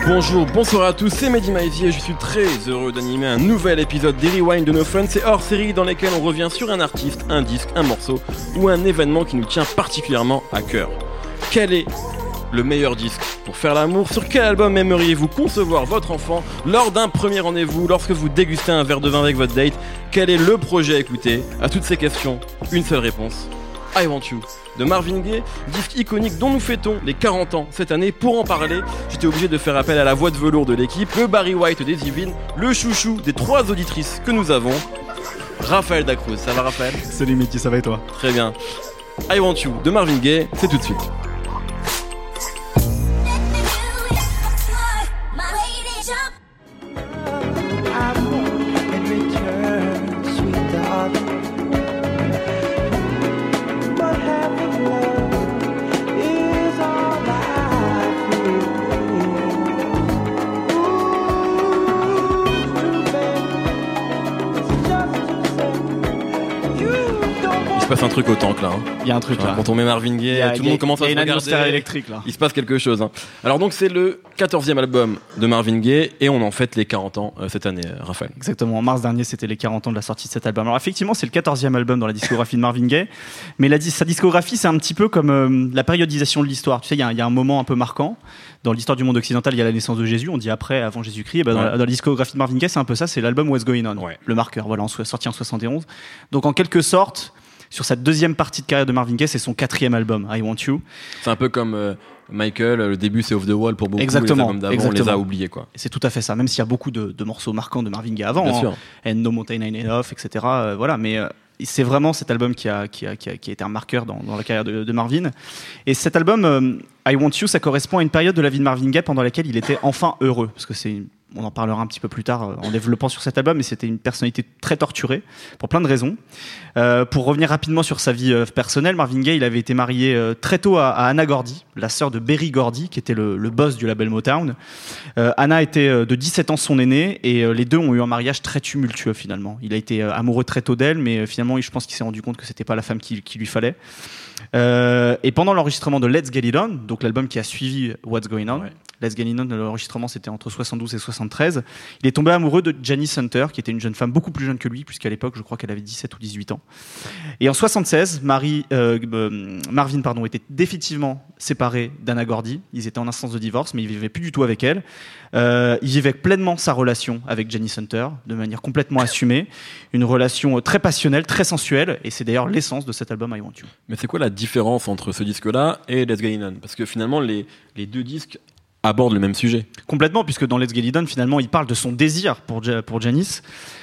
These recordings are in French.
Bonjour, bonsoir à tous, c'est Mehdi Maizy et je suis très heureux d'animer un nouvel épisode des Rewind de No Fun. C'est hors série dans lesquels on revient sur un artiste, un disque, un morceau ou un événement qui nous tient particulièrement à cœur. Quel est le meilleur disque pour faire l'amour? Sur quel album aimeriez-vous concevoir votre enfant lors d'un premier rendez-vous, lorsque vous dégustez un verre de vin avec votre date? Quel est le projet à écouter? À toutes ces questions, une seule réponse: I Want You de Marvin Gaye, disque iconique dont nous fêtons les 40 ans cette année. Pour en parler, j'étais obligé de faire appel à la voix de velours de l'équipe, le Barry White des Yvelines, le chouchou des 3 auditrices que nous avons, Raphaël Dacruz. Ça va, Raphaël? Salut Mehdi, ça va et toi? Très bien. I Want You de Marvin Gaye, c'est tout de suite. Il se passe un truc au tank là. Il y a un truc là. Quand on met Marvin Gaye, tout le monde commence à se regarder. Il y a une atmosphère électrique là. Il se passe quelque chose. Alors donc c'est le 14e album de Marvin Gaye et on en fête les 40 ans cette année, Raphaël. Exactement, en mars dernier c'était les 40 ans de la sortie de cet album. Alors effectivement c'est le 14e album dans la discographie de Marvin Gaye, mais sa discographie c'est un petit peu comme la périodisation de l'histoire. Tu sais, il y a un moment un peu marquant. Dans l'histoire du monde occidental, il y a la naissance de Jésus, on dit avant Jésus-Christ. Et dans la discographie de Marvin Gaye c'est un peu ça, c'est l'album What's Going On, le marqueur, voilà, sorti en 71. Donc en quelque sorte, sur cette deuxième partie de carrière de Marvin Gaye, c'est son 4e album, I Want You. C'est un peu comme Michael, le début c'est Off the Wall pour beaucoup. Exactement, les albums d'avant, on les a oubliés quoi. Et c'est tout à fait ça, même s'il y a beaucoup de morceaux marquants de Marvin Gaye avant, bien sûr. And No Mountain High Enough, etc. Voilà, mais c'est vraiment cet album qui a été un marqueur dans la carrière de Marvin. Et cet album, I Want You, ça correspond à une période de la vie de Marvin Gaye pendant laquelle il était enfin heureux, parce que on en parlera un petit peu plus tard en développant sur cet album, mais c'était une personnalité très torturée pour plein de raisons. Pour revenir rapidement sur sa vie personnelle, Marvin Gaye, il avait été marié très tôt à Anna Gordy, la sœur de Berry Gordy, qui était le boss du label Motown. Anna était de 17 ans son aînée, et les deux ont eu un mariage très tumultueux finalement. Il a été amoureux très tôt d'elle, mais finalement je pense qu'il s'est rendu compte que c'était pas la femme qu'il lui fallait. Et pendant l'enregistrement de Let's Get It On, donc l'album qui a suivi What's Going On, Let's Get It On, l'enregistrement c'était entre 72 et 73, il est tombé amoureux de Janice Hunter, qui était une jeune femme beaucoup plus jeune que lui, puisqu'à l'époque je crois qu'elle avait 17 ou 18 ans. Et en 76, Marvin était définitivement séparé d'Anna Gordy. Ils étaient en instance de divorce, mais il vivait plus du tout avec elle. Il vivait pleinement sa relation avec Janice Hunter, de manière complètement assumée, une relation très passionnelle, très sensuelle, et c'est d'ailleurs l'essence de cet album I Want You. Mais c'est quoi la différence entre ce disque-là et Let's Get It On? Parce que finalement les deux disques abordent le même sujet. Complètement, puisque dans Let's Get It On, finalement, il parle de son désir pour Janice.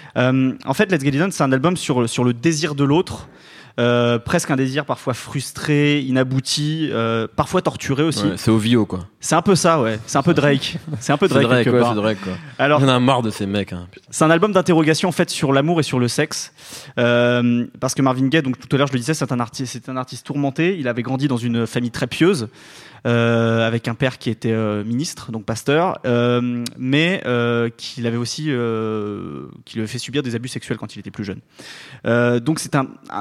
En fait, Let's Get It On, c'est un album sur le désir de l'autre. Presque un désir parfois frustré, inabouti, parfois torturé aussi. Ouais, c'est OVO quoi. C'est un peu ça, ouais. C'est un peu Drake. C'est un peu Drake quelque part. C'est Drake quoi. Alors, j'en ai marre de ces mecs. C'est un album d'interrogation en fait sur l'amour et sur le sexe, parce que Marvin Gaye, donc tout à l'heure je le disais, c'est un artiste tourmenté. Il avait grandi dans une famille très pieuse. Avec un père qui était ministre, donc pasteur, mais qui l'avait aussi qui lui avait fait subir des abus sexuels quand il était plus jeune. Donc c'est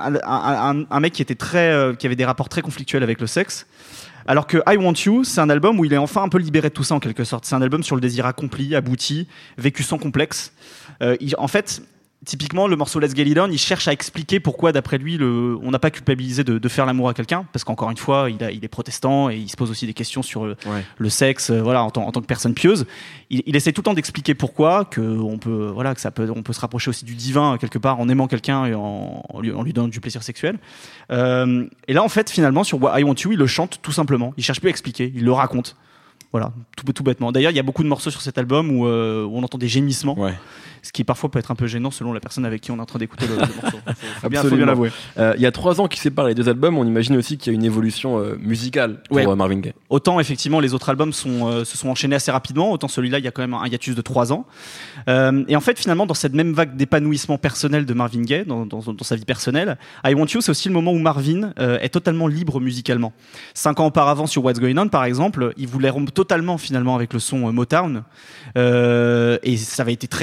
un mec qui avait des rapports très conflictuels avec le sexe. Alors que I Want You, c'est un album où il est enfin un peu libéré de tout ça en quelque sorte. C'est un album sur le désir accompli, abouti, vécu sans complexe. En fait, typiquement, le morceau Let's Get It On, il cherche à expliquer pourquoi, d'après lui, on n'a pas culpabilisé de faire l'amour à quelqu'un, parce qu'encore une fois, il est protestant et il se pose aussi des questions sur le sexe, voilà, en tant que personne pieuse. Il essaie tout le temps d'expliquer pourquoi, on peut se rapprocher aussi du divin quelque part en aimant quelqu'un et en lui donnant du plaisir sexuel. Et là, en fait, finalement, sur I Want You, il le chante tout simplement. Il cherche plus à expliquer, il le raconte. Voilà, tout bêtement. D'ailleurs, il y a beaucoup de morceaux sur cet album où on entend des gémissements. Ouais. Ce qui parfois peut être un peu gênant selon la personne avec qui on est en train d'écouter le morceau. Faut bien l'avouer. Il y a 3 ans qui séparent les deux albums, on imagine aussi qu'il y a une évolution musicale pour Marvin Gaye. Autant effectivement les autres albums se sont enchaînés assez rapidement, autant celui-là il y a quand même un hiatus de 3 ans. Et en fait finalement dans cette même vague d'épanouissement personnel de Marvin Gaye, dans sa vie personnelle, I Want You c'est aussi le moment où Marvin est totalement libre musicalement. 5 ans auparavant sur What's Going On par exemple, il voulait rompre totalement finalement avec le son Motown, et ça avait été très conflictuel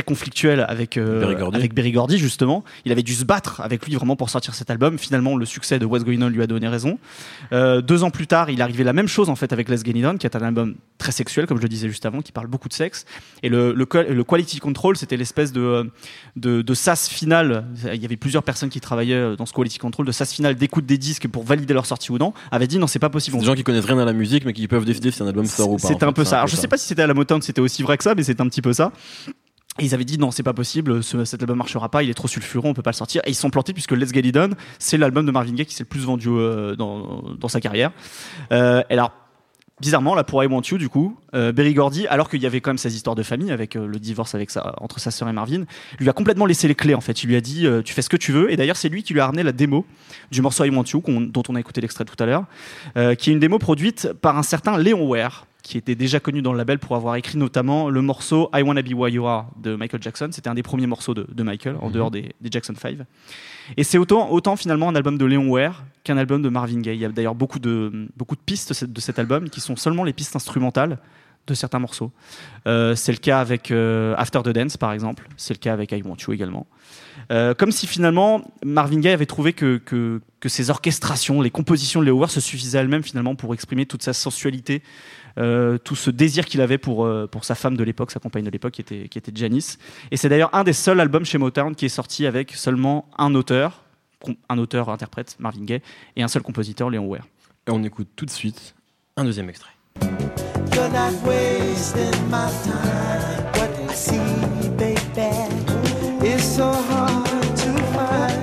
sexuel avec Berry Gordy justement. Il avait dû se battre avec lui vraiment pour sortir cet album. Finalement, le succès de What's Going On lui a donné raison. 2 ans plus tard, il arrivait la même chose en fait avec Let's Get It On, qui est un album très sexuel, comme je le disais juste avant, qui parle beaucoup de sexe. Et le Quality Control, c'était l'espèce de sas final. Il y avait plusieurs personnes qui travaillaient dans ce Quality Control, de sas final d'écoute des disques pour valider leur sortie ou non. Avait dit non, c'est pas possible. C'est des gens qui connaissent rien à la musique, mais qui peuvent décider si un album sort ou pas. C'était un peu ça. Alors, je sais pas si c'était à la Motown, c'était aussi vrai que ça, mais c'était un petit peu ça. Et ils avaient dit non, c'est pas possible, cet album marchera pas, il est trop sulfureux, on peut pas le sortir. Et ils se sont plantés puisque Let's Get It On, c'est l'album de Marvin Gaye qui s'est le plus vendu dans sa carrière. Et alors, bizarrement, là pour I Want You, du coup, Berry Gordy, alors qu'il y avait quand même ses histoires de famille avec le divorce entre sa sœur et Marvin, lui a complètement laissé les clés en fait. Il lui a dit tu fais ce que tu veux. Et d'ailleurs, c'est lui qui lui a ramené la démo du morceau I Want You, dont on a écouté l'extrait tout à l'heure, qui est une démo produite par un certain Léon Ware, qui était déjà connu dans le label pour avoir écrit notamment le morceau I Wanna Be Where You Are de Michael Jackson. C'était un des premiers morceaux de Michael, en dehors des Jackson 5. Et c'est autant finalement un album de Léon Ware qu'un album de Marvin Gaye. Il y a d'ailleurs beaucoup de pistes de cet album qui sont seulement les pistes instrumentales de certains morceaux. C'est le cas avec After the Dance par exemple, c'est le cas avec I Want You également. Comme si finalement Marvin Gaye avait trouvé que ses orchestrations, les compositions de Léon Ware se suffisaient elles-mêmes finalement pour exprimer toute sa sensualité, tout ce désir qu'il avait pour sa femme de l'époque, sa compagne de l'époque qui était Janis. Et c'est d'ailleurs un des seuls albums chez Motown qui est sorti avec seulement un auteur-interprète, Marvin Gaye, et un seul compositeur, Léon Ware. Et on écoute tout de suite un deuxième extrait. You're not wasting my time. What I see, baby, is so hard to find.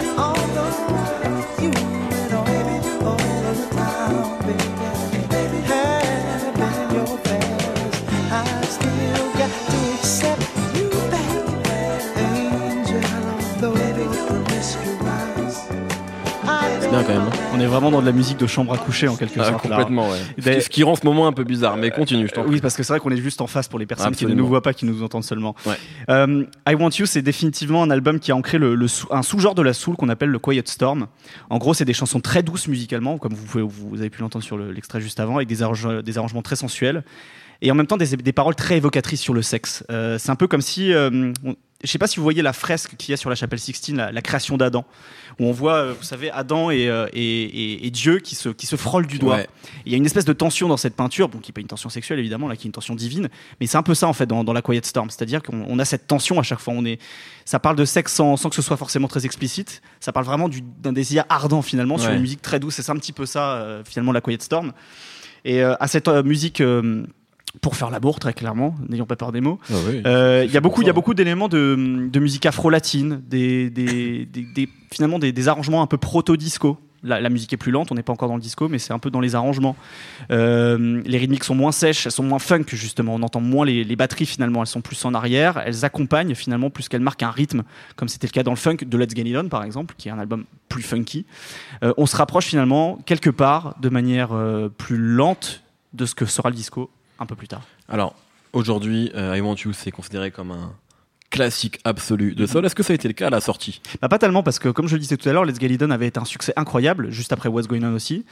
Although you and all the time, baby, have been your best. I still got to accept you back, angel of the promiscuous. C'est bien quand même. On est vraiment dans de la musique de chambre à coucher en quelque sorte. Complètement, ouais. Ce qui rend ce moment un peu bizarre, mais continue, je t'en prie. Oui, parce que c'est vrai qu'on est juste en face pour les personnes Absolument. qui ne nous voient pas, qui nous entendent seulement. Ouais. I Want You, c'est définitivement un album qui a ancré un sous-genre de la soul qu'on appelle le Quiet Storm. En gros, c'est des chansons très douces musicalement, comme vous avez pu l'entendre sur l'extrait juste avant, avec des arrangements très sensuels. Et en même temps, des paroles très évocatrices sur le sexe. C'est un peu comme si... je sais pas si vous voyez la fresque qu'il y a sur la chapelle Sixtine, la création d'Adam, où on voit, vous savez, Adam et Dieu qui se frôlent du doigt. Ouais. Il y a une espèce de tension dans cette peinture, bon, qui n'est pas une tension sexuelle évidemment, là, qui est une tension divine, mais c'est un peu ça en fait dans la Quiet Storm, c'est-à-dire qu'on a cette tension à chaque fois. Ça parle de sexe sans que ce soit forcément très explicite. Ça parle vraiment d'un désir ardent finalement sur une musique très douce. C'est un petit peu ça finalement la Quiet Storm. Et à cette musique. Pour faire l'amour, très clairement, n'ayons pas peur des mots. Il y a beaucoup d'éléments de musique afro-latine, finalement des arrangements un peu proto-disco. La musique est plus lente, on n'est pas encore dans le disco, mais c'est un peu dans les arrangements. Les rythmiques sont moins sèches, elles sont moins funk justement. On entend moins les batteries finalement, elles sont plus en arrière. Elles accompagnent finalement plus qu'elles marquent un rythme, comme c'était le cas dans le funk de Let's Get It On par exemple, qui est un album plus funky. On se rapproche finalement quelque part de manière plus lente de ce que sera le disco un peu plus tard. Alors, aujourd'hui, I Want You, c'est considéré comme un classique absolu de soul. Est-ce que ça a été le cas à la sortie ? Pas tellement, parce que comme je le disais tout à l'heure, Let's Get It On avait été un succès incroyable, juste après What's Going On aussi.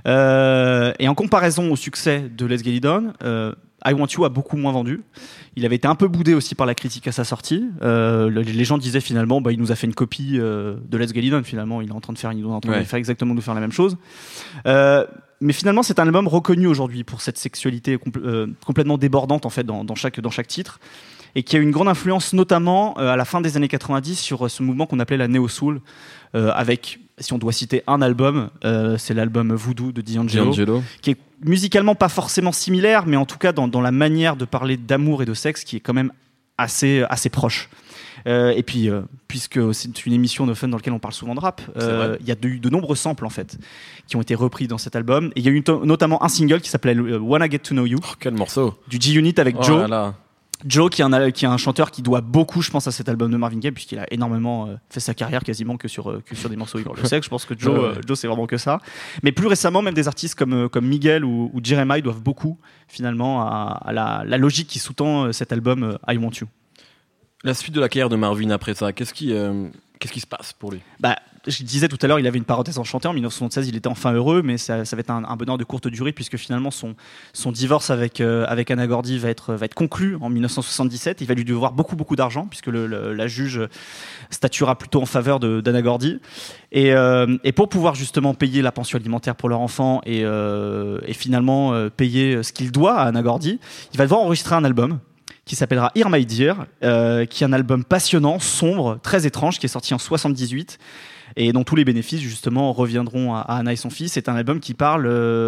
Et en comparaison au succès de Let's Get It On, I Want You a beaucoup moins vendu. Il avait été un peu boudé aussi par la critique à sa sortie. Les gens disaient finalement, il nous a fait une copie de Let's Get It On. Finalement, il est en train de faire exactement nous faire la même chose. Mais finalement, c'est un album reconnu aujourd'hui pour cette sexualité complètement débordante en fait dans chaque titre, et qui a une grande influence notamment à la fin des années 90 sur ce mouvement qu'on appelait la néo-soul, avec, si on doit citer un album, c'est l'album Voodoo de D'Angelo, qui est musicalement pas forcément similaire, mais en tout cas dans la manière de parler d'amour et de sexe qui est quand même assez proche. Et puis, puisque c'est une émission de fun dans laquelle on parle souvent de rap, il y a de nombreux samples en fait qui ont été repris dans cet album. Et il y a eu notamment un single qui s'appelait Wanna Get to Know You. Oh, quel morceau! Du G-Unit avec Joe. Là là. Joe qui est un chanteur qui doit beaucoup, je pense, à cet album de Marvin Gaye, puisqu'il a énormément fait sa carrière quasiment que sur des morceaux Igor le sexe. Je pense que Joe c'est vraiment que ça. Mais plus récemment, même des artistes comme Miguel ou Jeremiah doivent beaucoup finalement à la logique qui sous-tend cet album I Want You. La suite de la carrière de Marvin après ça, qu'est-ce qui se passe pour lui ? je disais tout à l'heure, il avait une parenthèse enchantée. En 1976, il était enfin heureux, mais ça va être un bonheur de courte durée, puisque finalement son divorce avec Anna Gordy va être conclu en 1977. Il va lui devoir beaucoup d'argent, puisque la juge statuera plutôt en faveur d'Anna Gordy. Et pour pouvoir justement payer la pension alimentaire pour leur enfant et finalement payer ce qu'il doit à Anna Gordy, il va devoir enregistrer un album qui s'appellera Hear My Dear, qui est un album passionnant, sombre, très étrange, qui est sorti en 78 et dont tous les bénéfices justement reviendront à Anna et son fils. C'est un album qui parle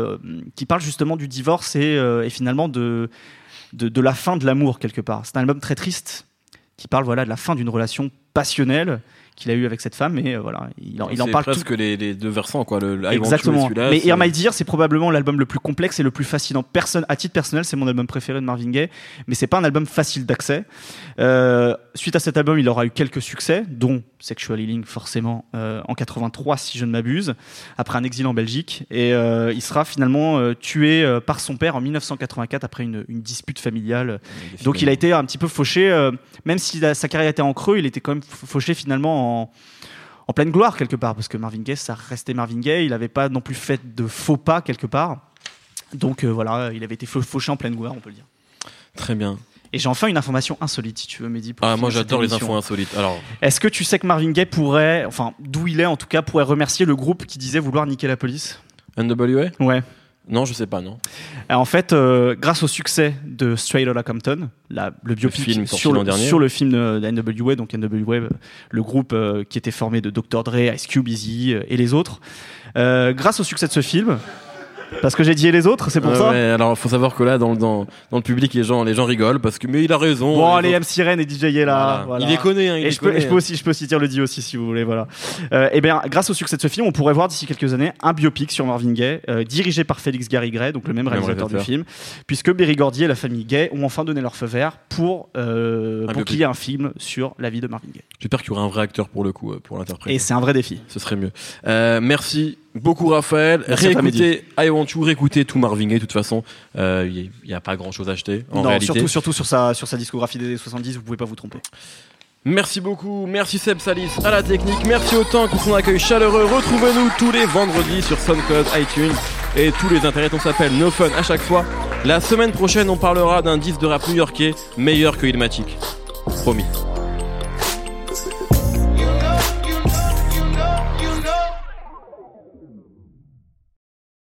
justement du divorce et finalement de la fin de l'amour quelque part. C'est un album très triste qui parle de la fin d'une relation passionnelle qu'il a eu avec cette femme, mais il en parle presque les deux versants, quoi. Exactement. Mais Hear My Dear, c'est probablement l'album le plus complexe et le plus fascinant. À titre personnel, c'est mon album préféré de Marvin Gaye, mais c'est pas un album facile d'accès. Suite à cet album, il aura eu quelques succès, dont Sexual Healing, forcément, en 83, si je ne m'abuse, après un exil en Belgique, et il sera finalement tué par son père en 1984 après une dispute familiale. Donc il a été un petit peu fauché, même si sa carrière était en creux, il était quand même fauché finalement en pleine gloire quelque part, parce que Marvin Gaye, ça restait Marvin Gaye, il n'avait pas non plus fait de faux pas quelque part, donc il avait été fauché en pleine gloire, on peut le dire. Très bien. Et j'ai enfin une information insolite, si tu veux, Mehdi. Moi j'adore les infos insolites. Alors, est-ce que tu sais que Marvin Gaye pourrait, d'où il est en tout cas, pourrait remercier le groupe qui disait vouloir niquer la police? NWA? Ouais. Non, je sais pas, non. En fait, grâce au succès de Straight Outta Compton, le biopic sur le film de NWA, donc NWA, le groupe qui était formé de Dr. Dre, Ice Cube, Eazy et les autres, grâce au succès de ce film, parce que j'ai dit et les autres, c'est pour ça. Ouais, alors faut savoir que là, dans le public, les gens rigolent parce que mais il a raison. Bon, allez, MC Ren et DJ Yella. Voilà. Il les connaît. Hein, je peux citer le dit aussi si vous voulez. Voilà. Et bien, grâce au succès de ce film, on pourrait voir d'ici quelques années un biopic sur Marvin Gaye, dirigé par Félix Gary Gray, donc le même réalisateur du film, puisque Berry Gordy et la famille Gaye ont enfin donné leur feu vert pour qu'il y ait un film sur la vie de Marvin Gaye. J'espère qu'il y aura un vrai acteur pour le coup, pour l'interpréter. Et c'est un vrai défi. Ce serait mieux. Merci beaucoup Raphaël. Réécoutez I Want You, réécoutez tout Marvin Gaye. De toute façon, il n'y a pas grand chose à acheter en réalité. Surtout sur sa discographie des années 70, vous pouvez pas vous tromper. Merci beaucoup, merci Seb Salis à la technique, merci autant pour son accueil chaleureux. Retrouvez-nous tous les vendredis sur SoundCloud, iTunes et tous les internets. On s'appelle No Fun à chaque fois. La semaine prochaine, on parlera d'un disque de rap new-yorkais meilleur que Illmatic. Promis.